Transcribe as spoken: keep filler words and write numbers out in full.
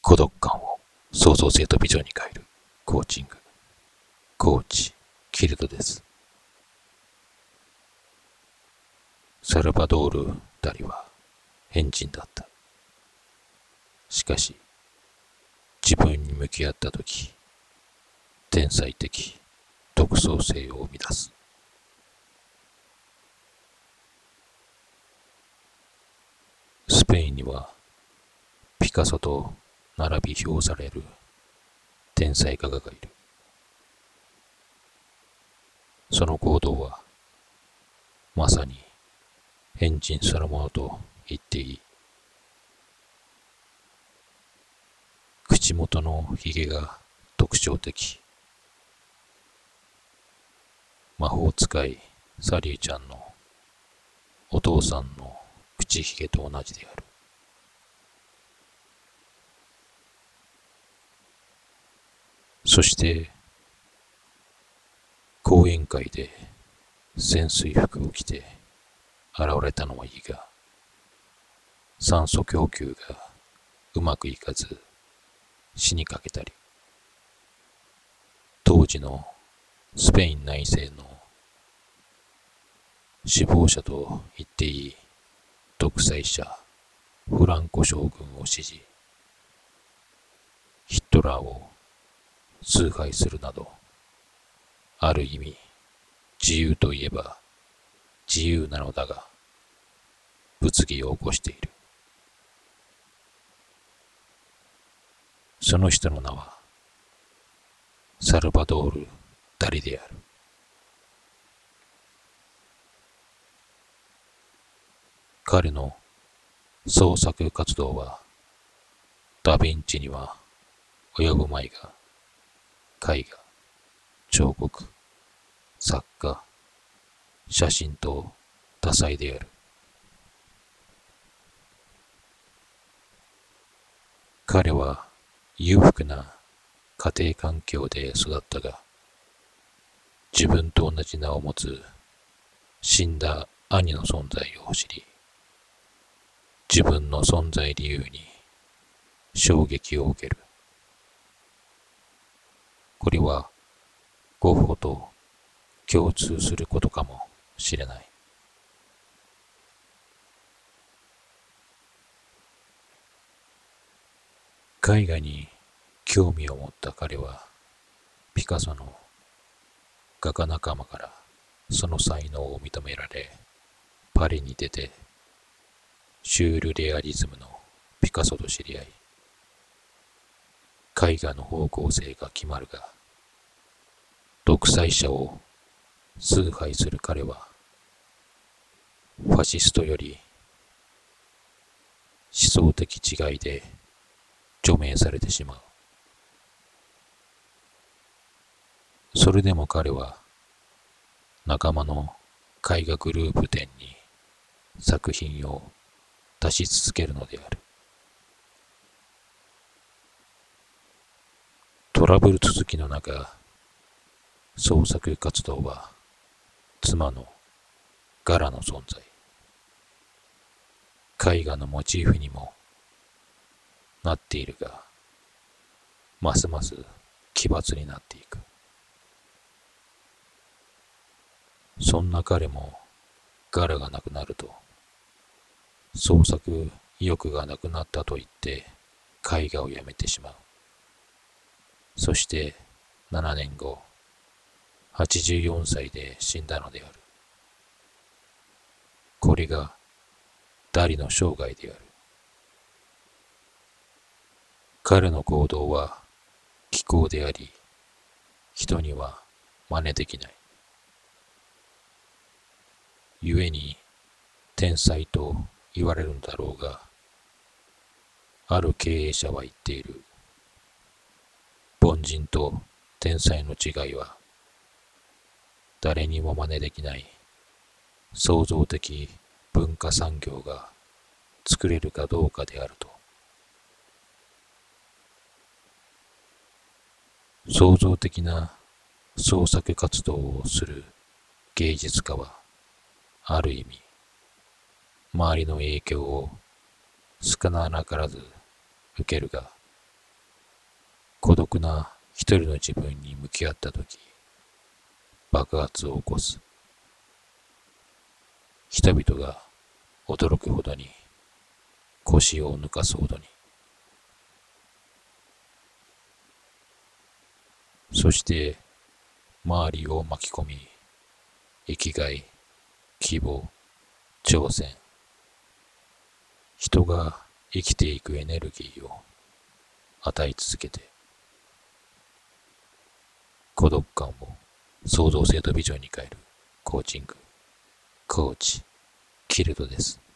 孤独感を創造性とビジョンに変えるコーチング、コーチキルトです。サルバドール・ダリは変人だった。しかし自分に向き合ったとき、天才的独創性を生み出す。スペインにはピカソと並び評される天才画家がいる。その行動はまさに変人そのものと言っていい。口元のひげが特徴的。魔法使いサリーちゃんのお父さんの口ひげと同じである。そして講演会で潜水服を着て現れたのはいいが、酸素供給がうまくいかず死にかけたり、当時のスペイン内政の首謀者と言っていい独裁者フランコ将軍を支持、ヒトラーを崇拝するなど、ある意味自由といえば自由なのだが、物議を起こしている。その人の名はサルバドール・ダリである。彼の創作活動はダヴィンチには及ぶまいが、絵画、彫刻、作家、写真と多彩である。彼は裕福な家庭環境で育ったが、自分と同じ名を持つ死んだ兄の存在を知り、自分の存在理由に衝撃を受ける。これはゴッホと共通することかもしれない。絵画に興味を持った彼は、ピカソの画家仲間からその才能を認められ、パリに出てシュールレアリズムのピカソと知り合い、絵画の方向性が決まるが、独裁者を崇拝する彼はファシストより思想的違いで除名されてしまう。それでも彼は仲間の絵画グループ展に作品を出し続けるのである。トラブル続きの中、創作活動は妻のガラの存在、絵画のモチーフにもなっているが、ますます奇抜になっていく。そんな彼もガラがなくなると、創作意欲がなくなったと言って絵画をやめてしまう。そしてななねんご、はちじゅうよんさいで死んだのである。これがダリの生涯である。彼の行動は奇行であり、人には真似できない。故に天才と言われるのだろうが、ある経営者は言っている。凡人と天才の違いは、誰にも真似できない創造的文化産業が作れるかどうかであると。創造的な創作活動をする芸術家は、ある意味、周りの影響を少なからず受けるが、 孤独な一人の自分に向き合ったとき、爆発を起こす。人々が驚くほどに、腰を抜かすほどに。そして周りを巻き込み、生きがい、希望、挑戦、人が生きていくエネルギーを与え続けて、孤独感を創造性とビジョンに変えるコーチング、コーチ、キルトです。